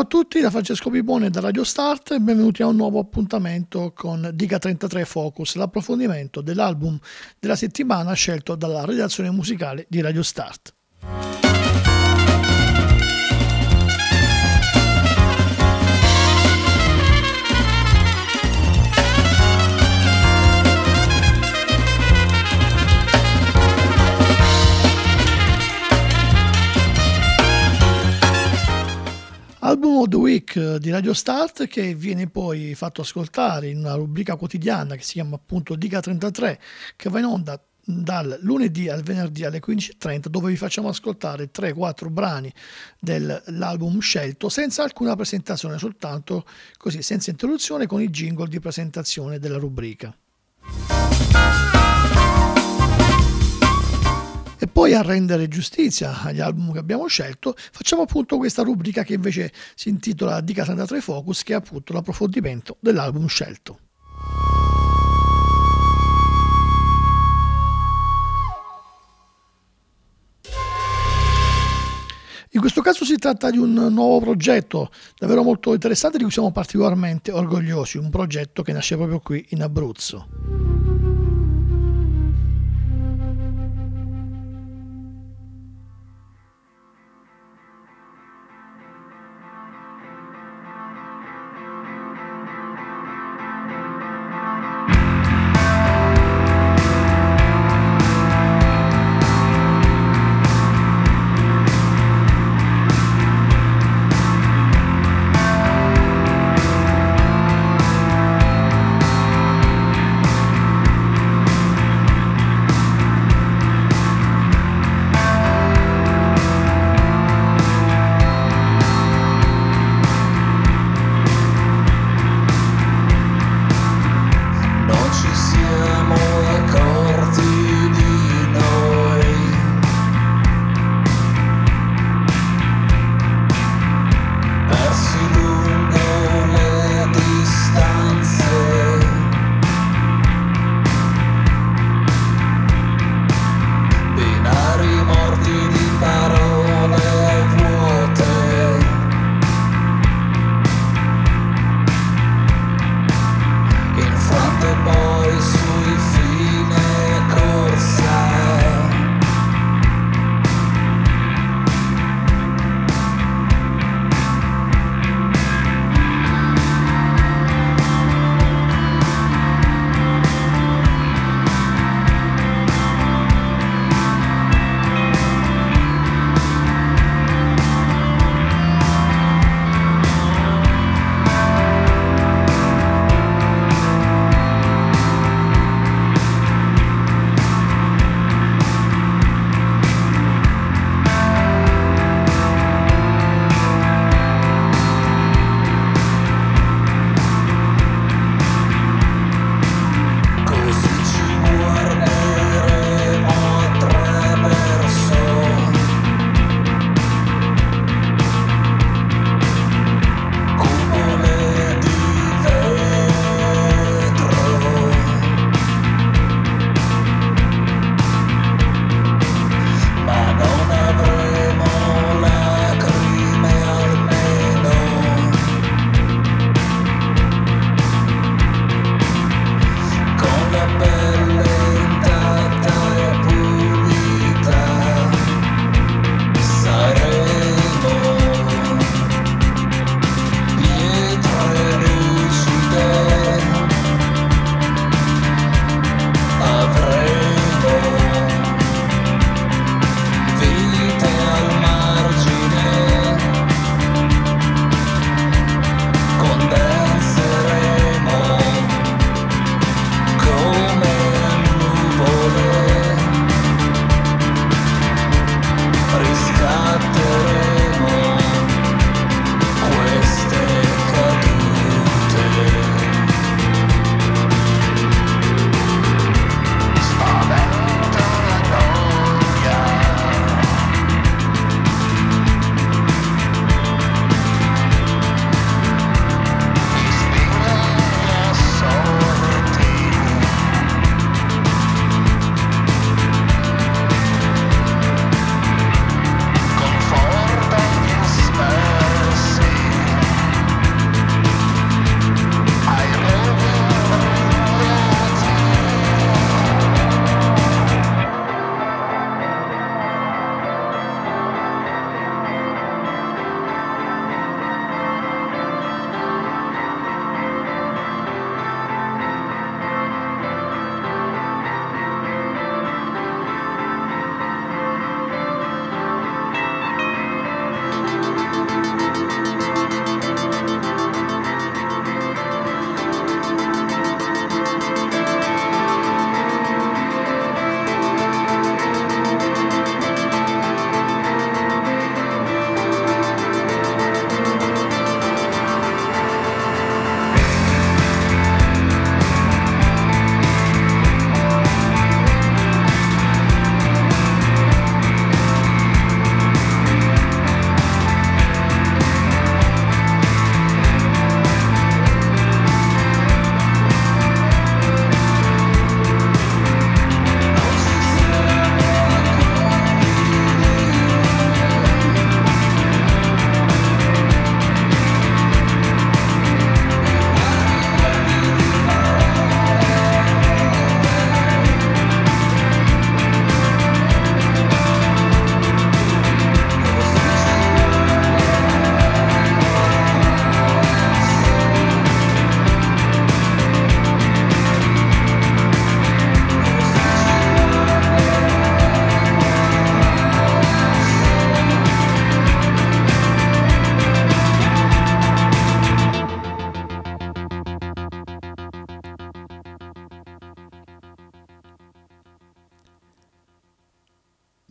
tutti, da Francesco Pipone da Radio Start e benvenuti a un nuovo appuntamento con Diga 33 Focus, l'approfondimento dell'album della settimana scelto dalla redazione musicale di Radio Start. Album of the Week di Radio Start, che viene poi fatto ascoltare in una rubrica quotidiana che si chiama appunto Diga 33, che va in onda dal lunedì al venerdì alle 15:30, dove vi facciamo ascoltare 3-4 brani dell'album scelto senza alcuna presentazione, soltanto così, senza interruzione, con i jingle di presentazione della rubrica. E poi, a rendere giustizia agli album che abbiamo scelto, facciamo appunto questa rubrica che invece si intitola Diga 33 Focus, che è appunto l'approfondimento dell'album scelto. In questo caso si tratta di un nuovo progetto davvero molto interessante, di cui siamo particolarmente orgogliosi, un progetto che nasce proprio qui in Abruzzo.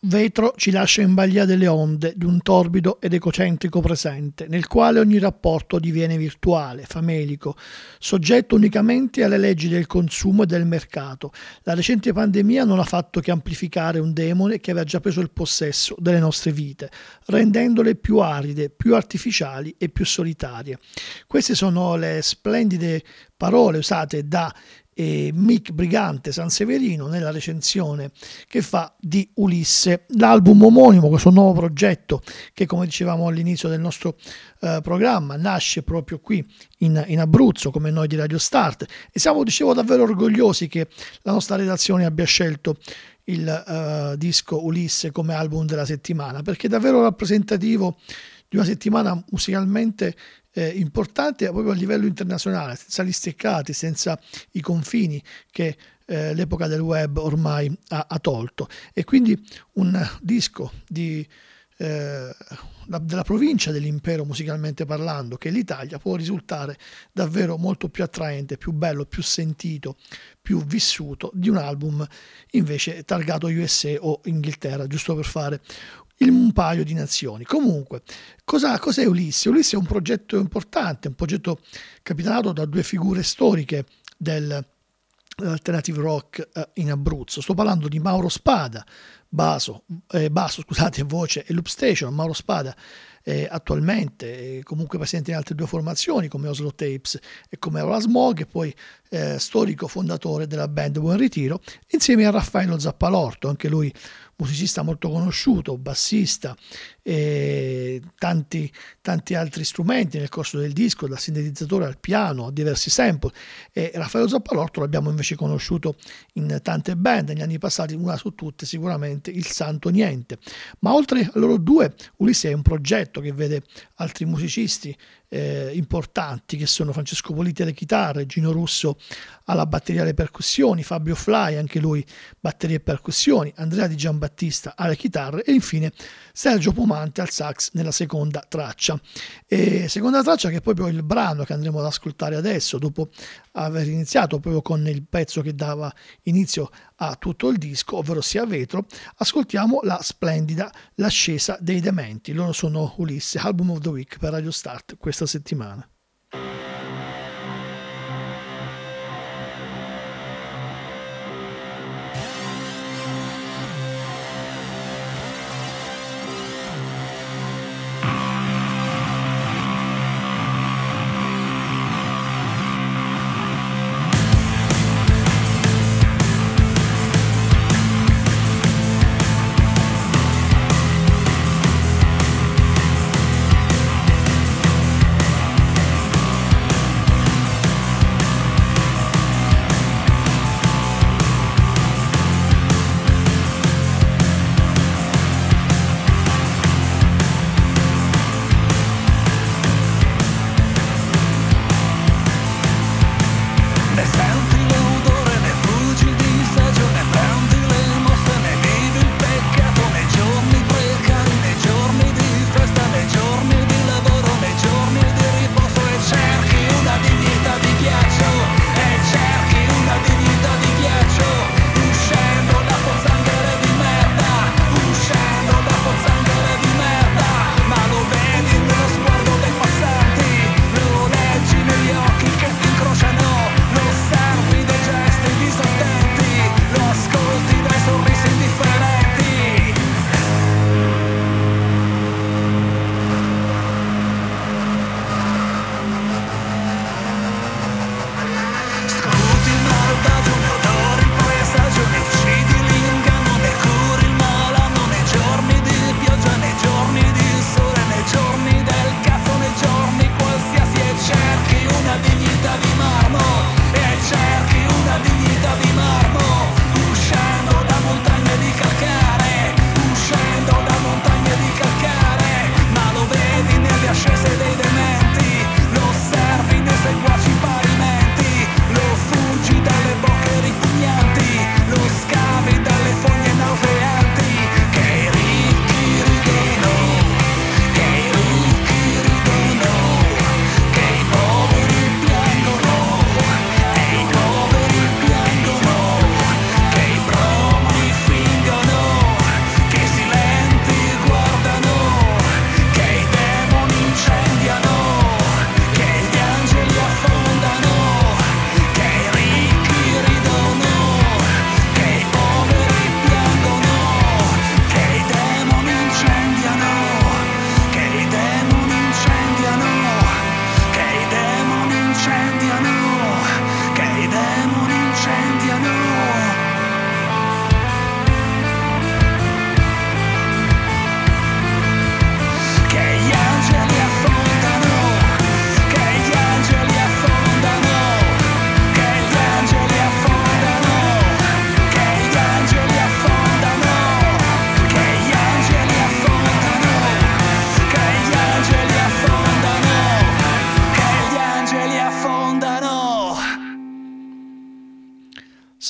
Vetro ci lascia in balia delle onde di un torbido ed egocentrico presente, nel quale ogni rapporto diviene virtuale, famelico, soggetto unicamente alle leggi del consumo e del mercato. La recente pandemia non ha fatto che amplificare un demone che aveva già preso il possesso delle nostre vite, rendendole più aride, più artificiali e più solitarie. Queste sono le splendide parole usate da Mick Brigante Sanseverino nella recensione che fa di Ulisse, l'album omonimo, questo nuovo progetto che, come dicevamo all'inizio del nostro programma, nasce proprio qui in Abruzzo, come noi di Radio Start, e siamo, dicevo, davvero orgogliosi che la nostra redazione abbia scelto il disco Ulisse come album della settimana, perché è davvero rappresentativo di una settimana musicalmente importante proprio a livello internazionale, senza gli steccati, senza i confini che l'epoca del web ormai ha tolto. E quindi un disco della provincia dell'impero, musicalmente parlando, che è l'Italia, può risultare davvero molto più attraente, più bello, più sentito, più vissuto di un album invece targato USA o Inghilterra, giusto per fare un paio di nazioni. Comunque, cos'è Ulisse? Ulisse è un progetto importante, un progetto capitanato da due figure storiche dell'alternative rock in Abruzzo. Sto parlando di Mauro Spada, basso, voce e loop station. Mauro Spada attualmente comunque presente in altre due formazioni come Oslo Tapes e come Aura Smog, e poi storico fondatore della band Buon Ritiro, insieme a Raffaello Zappalorto, anche lui musicista molto conosciuto, bassista, e tanti altri strumenti nel corso del disco, dal sintetizzatore al piano a diversi sample. E Raffaello Zappalorto l'abbiamo invece conosciuto in tante band negli anni passati, una su tutte sicuramente il Santo Niente. Ma oltre a loro due, Ulisse è un progetto che vede altri musicisti importanti, che sono Francesco Politi alle chitarre, Gino Russo alla batteria e alle percussioni, Fabio Fly, anche lui batterie e percussioni, Andrea Di Giambattista alle chitarre e infine Sergio Pomante al sax nella seconda traccia. Seconda traccia che è proprio il brano che andremo ad ascoltare adesso, dopo aver iniziato proprio con il pezzo che dava inizio a tutto il disco, ovvero sia Vetro. Ascoltiamo la splendida L'ascesa dei dementi. Loro sono Ulisse, Album of the Week per Radio Start questa settimana.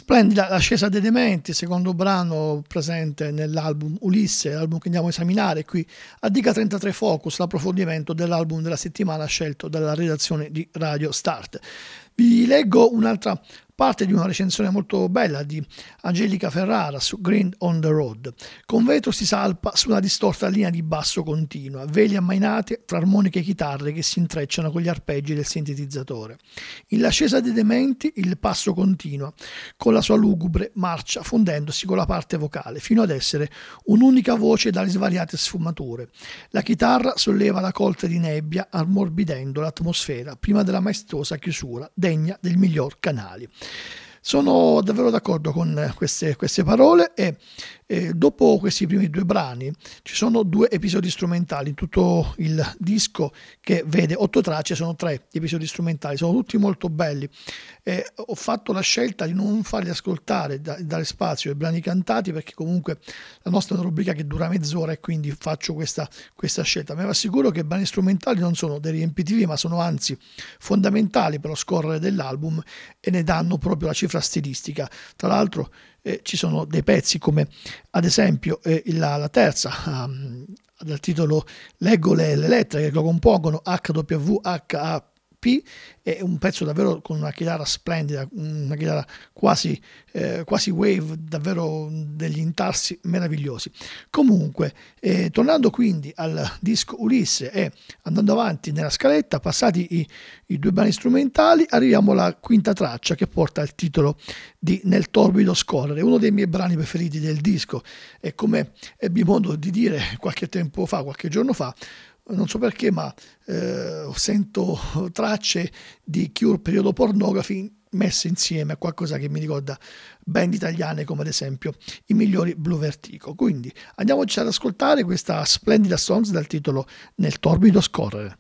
Splendida l'ascesa dei dementi, secondo brano presente nell'album Ulisse, l'album che andiamo a esaminare qui a Diga 33 Focus, l'approfondimento dell'album della settimana scelto dalla redazione di Radio Start. Vi leggo un'altra parte di una recensione molto bella di Angelica Ferrara su Green on the Road. Con vetro si salpa su una distorta linea di basso continua, veli ammainate fra armoniche e chitarre che si intrecciano con gli arpeggi del sintetizzatore. In L'ascesa dei dementi il passo continua, con la sua lugubre marcia fondendosi con la parte vocale, fino ad essere un'unica voce dalle svariate sfumature. La chitarra solleva la coltre di nebbia, ammorbidendo l'atmosfera prima della maestosa chiusura, degna del miglior Canali. Sono davvero d'accordo con queste parole e dopo questi primi due brani ci sono 2 episodi strumentali in tutto il disco che vede 8 tracce, sono 3 episodi strumentali, sono tutti molto belli. Ho fatto la scelta di non farli ascoltare, dare spazio ai brani cantati, perché comunque la nostra è una rubrica che dura mezz'ora e quindi faccio questa scelta. Ma vi assicuro che i brani strumentali non sono dei riempitivi, ma sono anzi fondamentali per lo scorrere dell'album e ne danno proprio la cifra stilistica. Tra l'altro ci sono dei pezzi come ad esempio la terza dal titolo Leggo le lettere che lo compongono, HWHAP, è un pezzo davvero con una chitarra splendida, una chitarra quasi wave, davvero degli intarsi meravigliosi. Comunque, tornando quindi al disco Ulisse e andando avanti nella scaletta, passati i 2 brani strumentali, arriviamo alla quinta traccia che porta il titolo di Nel torbido scorrere, uno dei miei brani preferiti del disco, e come ebbi modo di dire qualche giorno fa, non so perché, ma sento tracce di Cure periodo pornography messe insieme a qualcosa che mi ricorda band italiane come ad esempio i migliori Blue Vertigo. Quindi andiamoci ad ascoltare questa splendida songs dal titolo Nel torbido scorrere.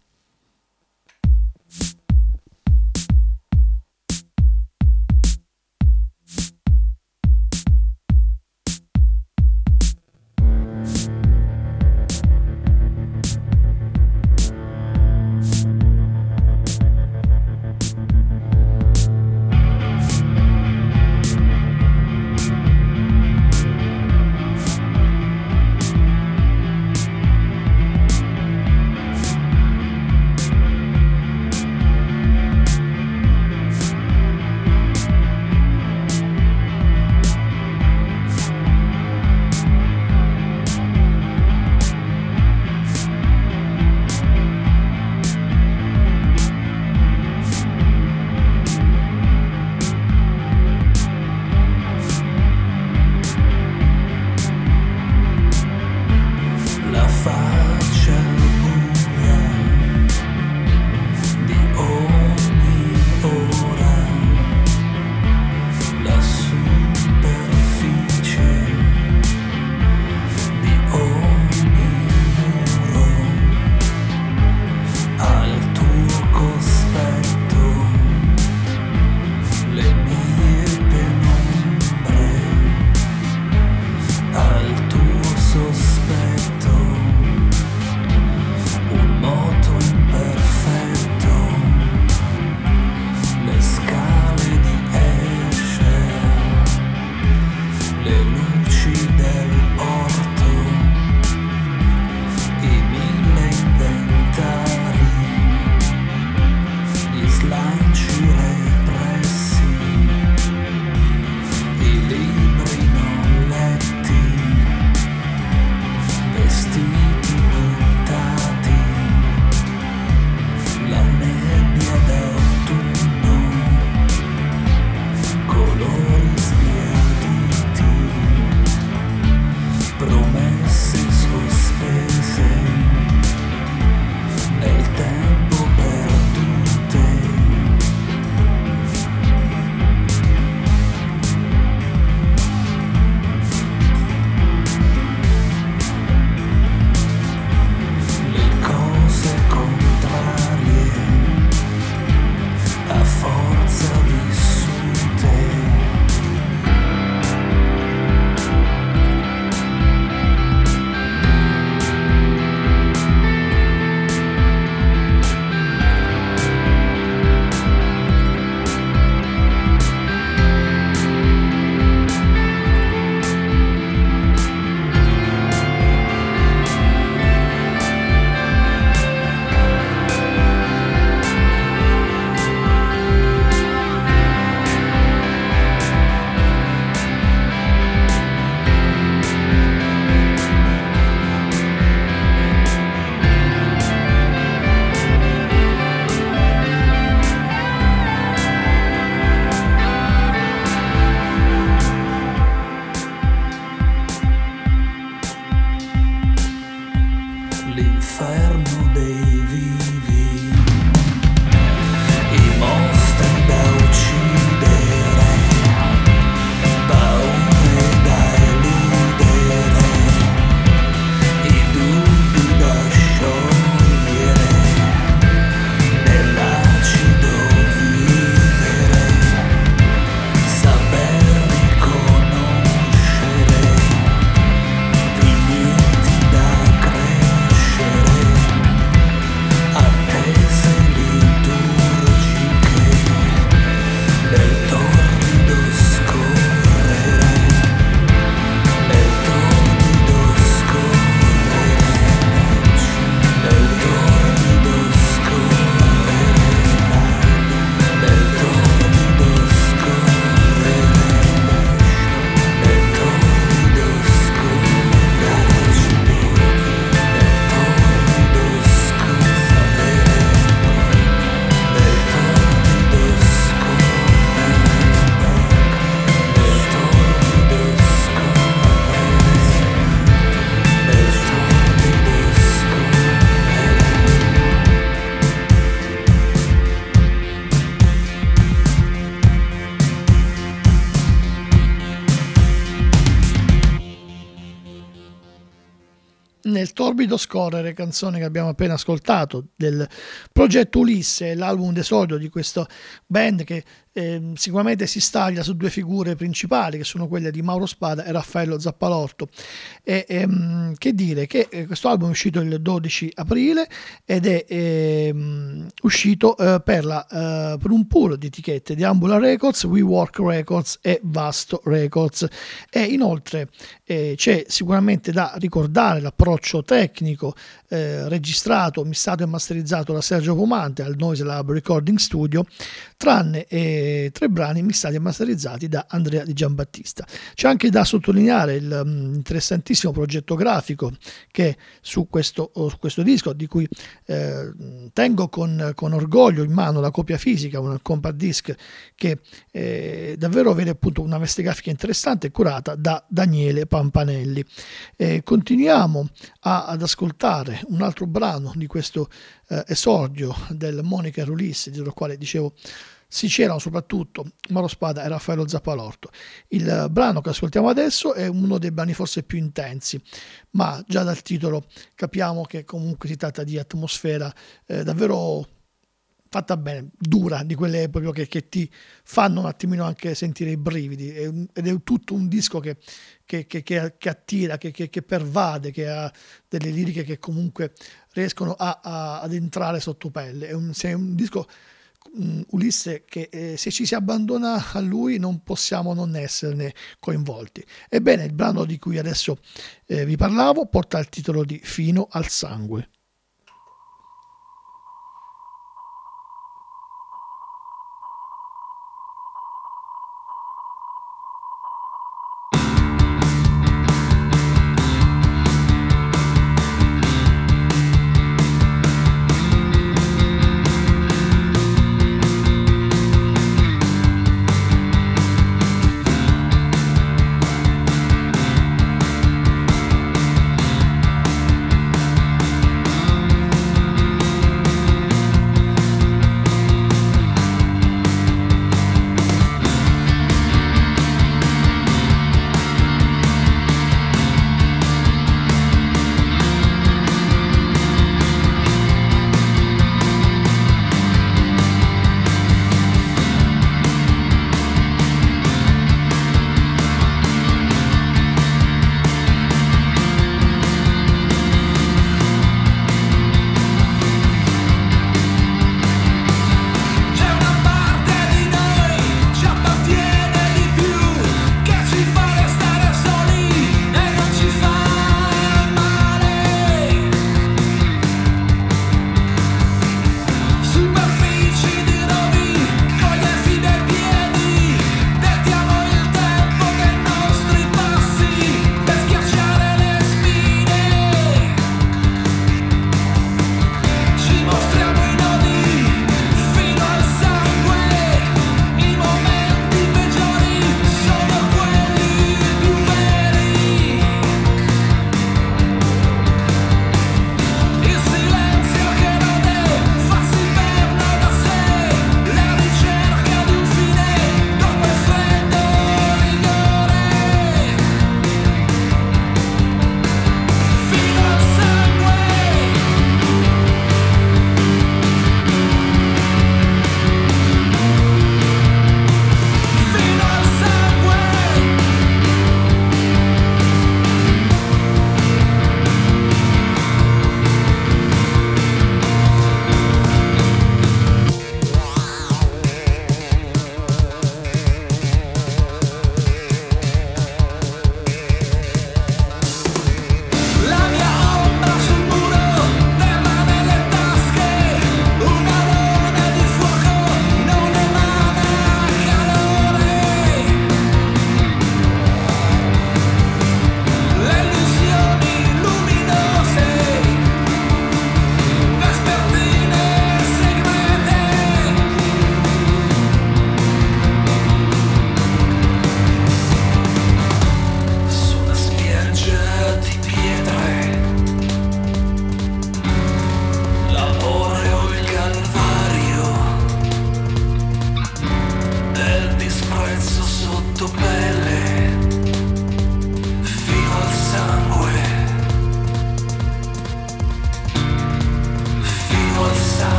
l'inferno dei vivi, i mostri da uccidere, paure da eludere, i dubbi da sciogliere, nell'acido vivere, saper riconoscere, vigneti da crescere, attese liturgiche, nel torrido scorrere, nel torrido scorrere, nel torrido scorrere, nel torrido scorrere, nel torrido Nel torbido scorrere, canzone che abbiamo appena ascoltato del progetto Ulisse, l'album d'esordio di questo band che sicuramente si staglia su due figure principali che sono quelle di Mauro Spada e Raffaello Zappalorto. Che dire che questo album è uscito il 12 aprile ed è uscito per un pool di etichette di Ambula Records, We Work Records e Vasto Records, e inoltre c'è sicuramente da ricordare l'approccio tecnico registrato, missato e masterizzato da Sergio Pomante al Noise Lab Recording Studio, tranne 3 brani mixati e masterizzati da Andrea Di Giambattista. C'è anche da sottolineare l'interessantissimo progetto grafico che su questo disco, di cui tengo con orgoglio in mano la copia fisica, un compact disc che davvero vede appunto una veste grafica interessante curata da Daniele Pampanelli. Continuiamo ad ascoltare un altro brano di questo esordio del Monica e Ulisse, del quale dicevo si c'erano soprattutto Mauro Spada e Raffaello Zappalorto. Il brano che ascoltiamo adesso è uno dei brani forse più intensi, ma già dal titolo capiamo che comunque si tratta di atmosfera davvero fatta bene, dura, di quelle proprio che ti fanno un attimino anche sentire i brividi, ed è tutto un disco che attira, che pervade, che ha delle liriche che comunque riescono ad entrare sotto pelle. È un disco, Ulisse, che se ci si abbandona a lui non possiamo non esserne coinvolti. Ebbene, il brano di cui adesso vi parlavo porta il titolo di Fino al sangue.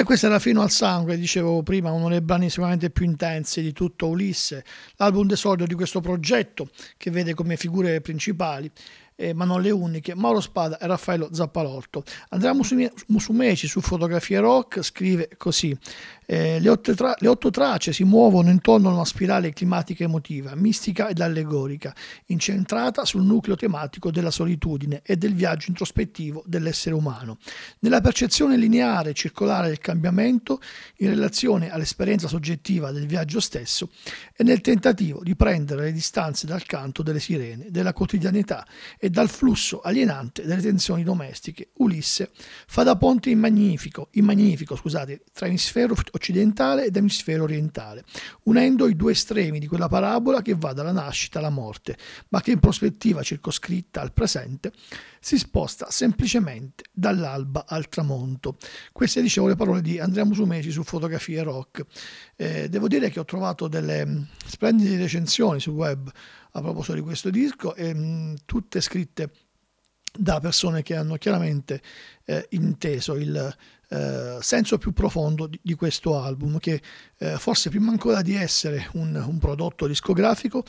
Questa era Fino al sangue, dicevo prima, uno dei brani sicuramente più intensi di tutto Ulisse, l'album d'esordio di questo progetto che vede come figure principali, ma non le uniche, Mauro Spada e Raffaello Zappalorto. Andrea Musumeci su Fotografie Rock scrive così: le otto tracce si muovono intorno a una spirale climatica emotiva, mistica ed allegorica, incentrata sul nucleo tematico della solitudine e del viaggio introspettivo dell'essere umano, nella percezione lineare e circolare del cambiamento in relazione all'esperienza soggettiva del viaggio stesso e nel tentativo di prendere le distanze dal canto delle sirene, della quotidianità e dal flusso alienante delle tensioni domestiche. Ulisse fa da ponte magnifico, tra emisfero occidentale ed emisfero orientale, unendo i due estremi di quella parabola che va dalla nascita alla morte, ma che in prospettiva circoscritta al presente si sposta semplicemente dall'alba al tramonto. Queste, dicevo, le parole di Andrea Musumeci su Fotografie Rock. Devo dire che ho trovato delle splendide recensioni sul web a proposito di questo disco, tutte scritte da persone che hanno chiaramente inteso il senso più profondo di questo album, che forse prima ancora di essere un prodotto discografico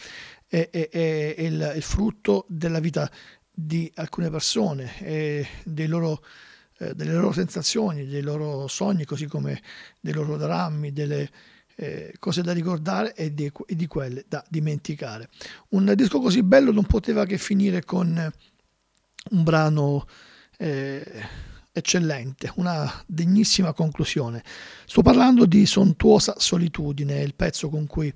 è il frutto della vita di alcune persone e delle loro sensazioni, dei loro sogni, così come dei loro drammi, delle cose da ricordare e di quelle da dimenticare. Un disco così bello non poteva che finire con un brano eccellente, una degnissima conclusione. Sto parlando di Sontuosa solitudine, il pezzo con cui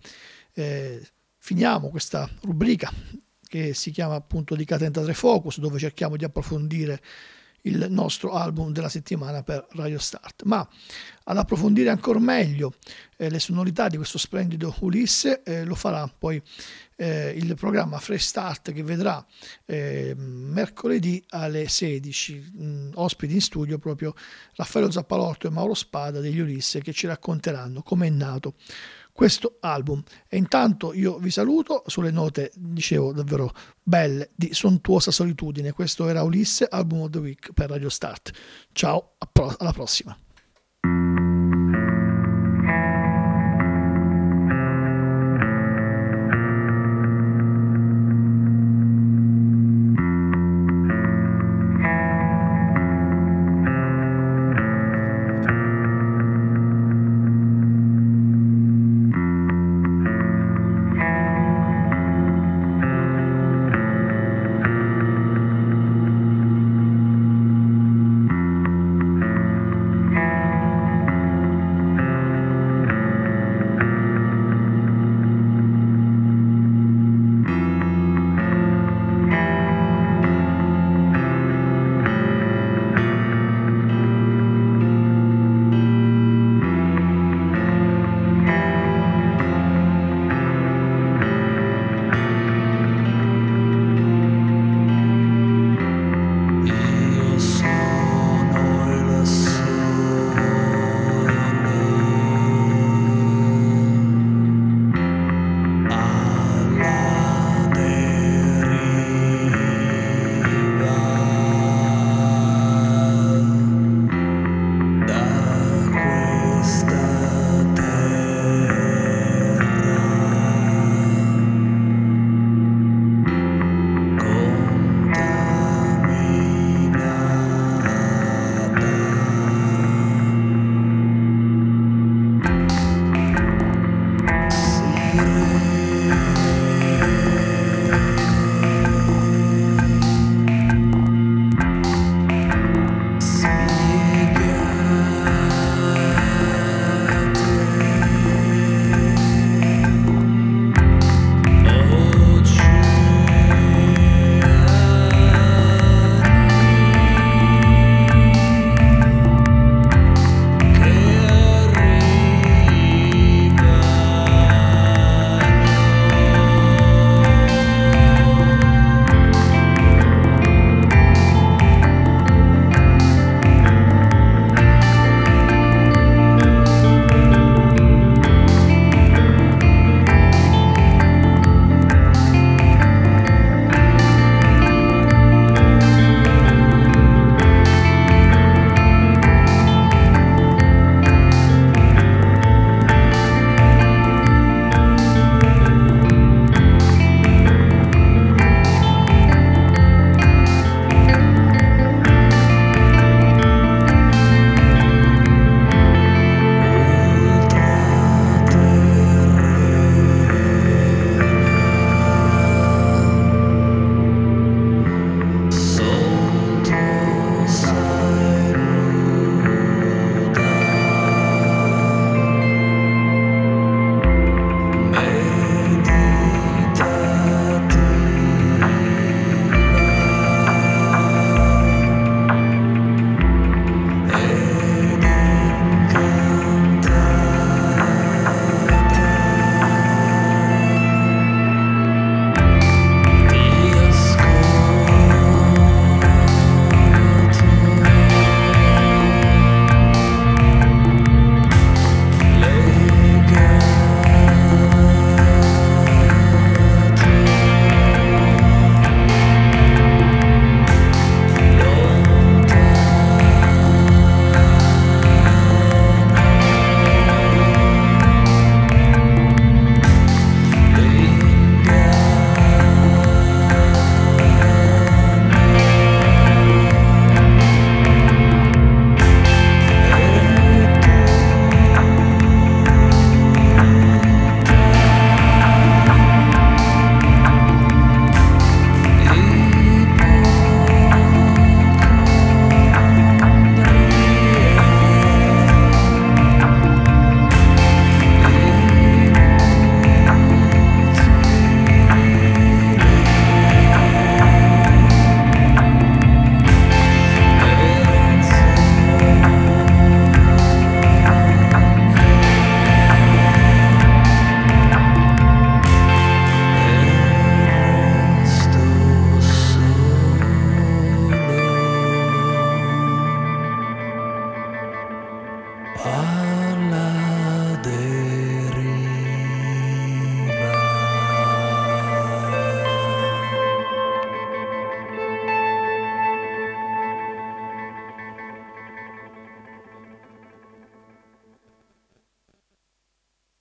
finiamo questa rubrica che si chiama appunto di K33 Focus, dove cerchiamo di approfondire il nostro album della settimana per Radio Start. Ma ad approfondire ancora meglio le sonorità di questo splendido Ulisse lo farà poi il programma Fresh Start, che vedrà mercoledì alle 16 ospiti in studio proprio Raffaello Zappalorto e Mauro Spada degli Ulisse, che ci racconteranno come è nato questo album. E intanto io vi saluto sulle note, dicevo, davvero belle di Sontuosa solitudine. Questo era Ulisse, Album of the Week per Radio Start. Ciao, alla prossima.